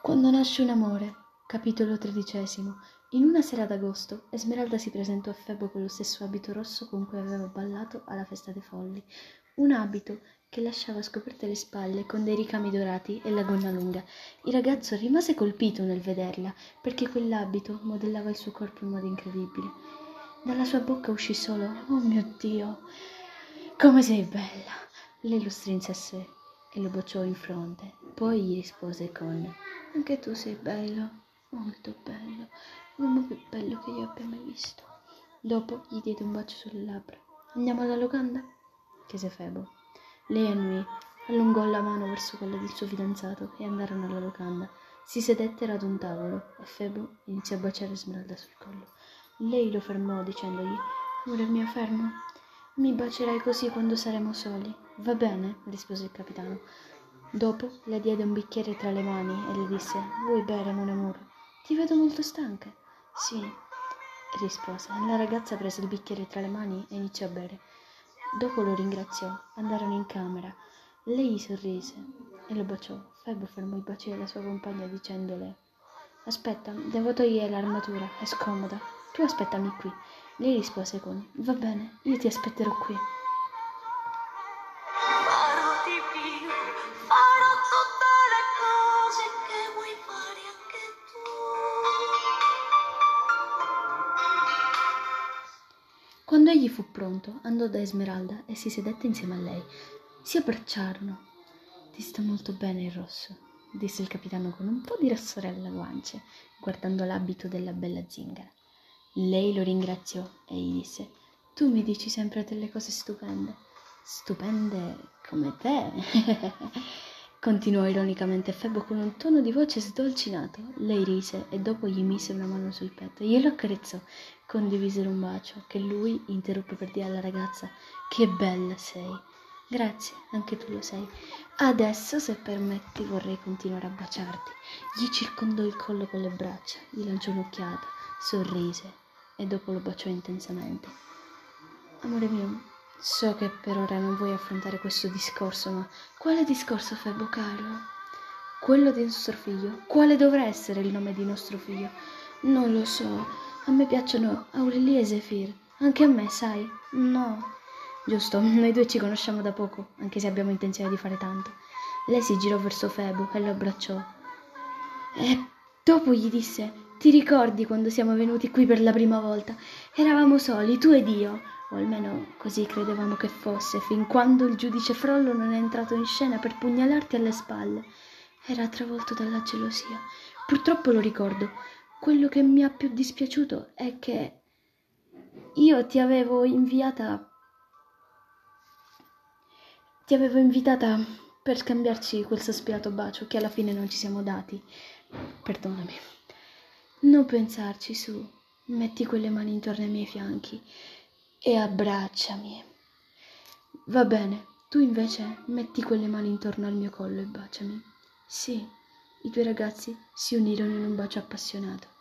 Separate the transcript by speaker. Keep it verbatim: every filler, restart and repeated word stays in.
Speaker 1: Quando nasce un amore, capitolo tredicesimo. In una sera d'agosto, Esmeralda si presentò a Febo con lo stesso abito rosso con cui aveva ballato alla festa dei folli, un abito che lasciava scoperte le spalle con dei ricami dorati e la gonna lunga. Il ragazzo rimase colpito nel vederla, perché quell'abito modellava il suo corpo in modo incredibile. Dalla sua bocca uscì solo «Oh mio Dio, come sei bella!» Lei lo strinse a sé e lo baciò in fronte. Poi gli rispose con «Anche tu sei bello, molto bello, l'uomo più bello che io abbia mai visto». Dopo gli diede un bacio sulle labbra. «Andiamo alla locanda?» chiese Febo. Lei annui, allungò la mano verso quella del suo fidanzato e andarono alla locanda. Si sedettero ad un tavolo e Febo iniziò a baciare Esmeralda sul collo. Lei lo fermò dicendogli «Amore mio, fermo, mi bacierai così quando saremo soli». «Va bene», rispose il capitano. Dopo le diede un bicchiere tra le mani e le disse «Vuoi bere, mon amour? Ti vedo molto stanca». «Sì», rispose. La ragazza prese il bicchiere tra le mani e iniziò a bere. Dopo lo ringraziò. Andarono in camera. Lei gli sorrise e lo baciò. Febo fermò i baci della sua compagna dicendole «Aspetta, devo togliere l'armatura, è scomoda. Tu aspettami qui». Lei rispose con «Va bene, io ti aspetterò qui». Quando egli fu pronto, andò da Esmeralda e si sedette insieme a lei. Si abbracciarono. «Ti sta molto bene il rosso», disse il capitano con un po' di rossore alla guance, guardando l'abito della bella zingara. Lei lo ringraziò e gli disse «Tu mi dici sempre delle cose stupende». «Stupende come te», continuò ironicamente Febo con un tono di voce sdolcinato. Lei rise e dopo gli mise una mano sul petto, glielo accarezzò, condivisero un bacio che lui interruppe per dire alla ragazza «Che bella sei». «Grazie, anche tu lo sei. Adesso, se permetti, vorrei continuare a baciarti». Gli circondò il collo con le braccia, gli lanciò un'occhiata, sorrise e dopo lo baciò intensamente. «Amore mio, so che per ora non vuoi affrontare questo discorso, ma quale discorso, Febo caro?» «Quello di nostro figlio. Quale dovrà essere il nome di nostro figlio?» «Non lo so. A me piacciono Aurelie e Zephyr. Anche a me, sai?» «No». «Giusto, noi due ci conosciamo da poco, anche se abbiamo intenzione di fare tanto». Lei si girò verso Febo e lo abbracciò. E dopo gli disse «Ti ricordi quando siamo venuti qui per la prima volta? Eravamo soli, tu ed io». O almeno così credevamo che fosse, fin quando il giudice Frollo non è entrato in scena per pugnalarti alle spalle. Era travolto dalla gelosia. Purtroppo lo ricordo. Quello che mi ha più dispiaciuto è che io ti avevo inviata... Ti avevo invitata per scambiarci quel sospirato bacio che alla fine non ci siamo dati. Perdonami. Non pensarci, su. Metti quelle mani intorno ai miei fianchi e abbracciami. Va bene, tu invece metti quelle mani intorno al mio collo e baciami. Sì, i due ragazzi si unirono in un bacio appassionato.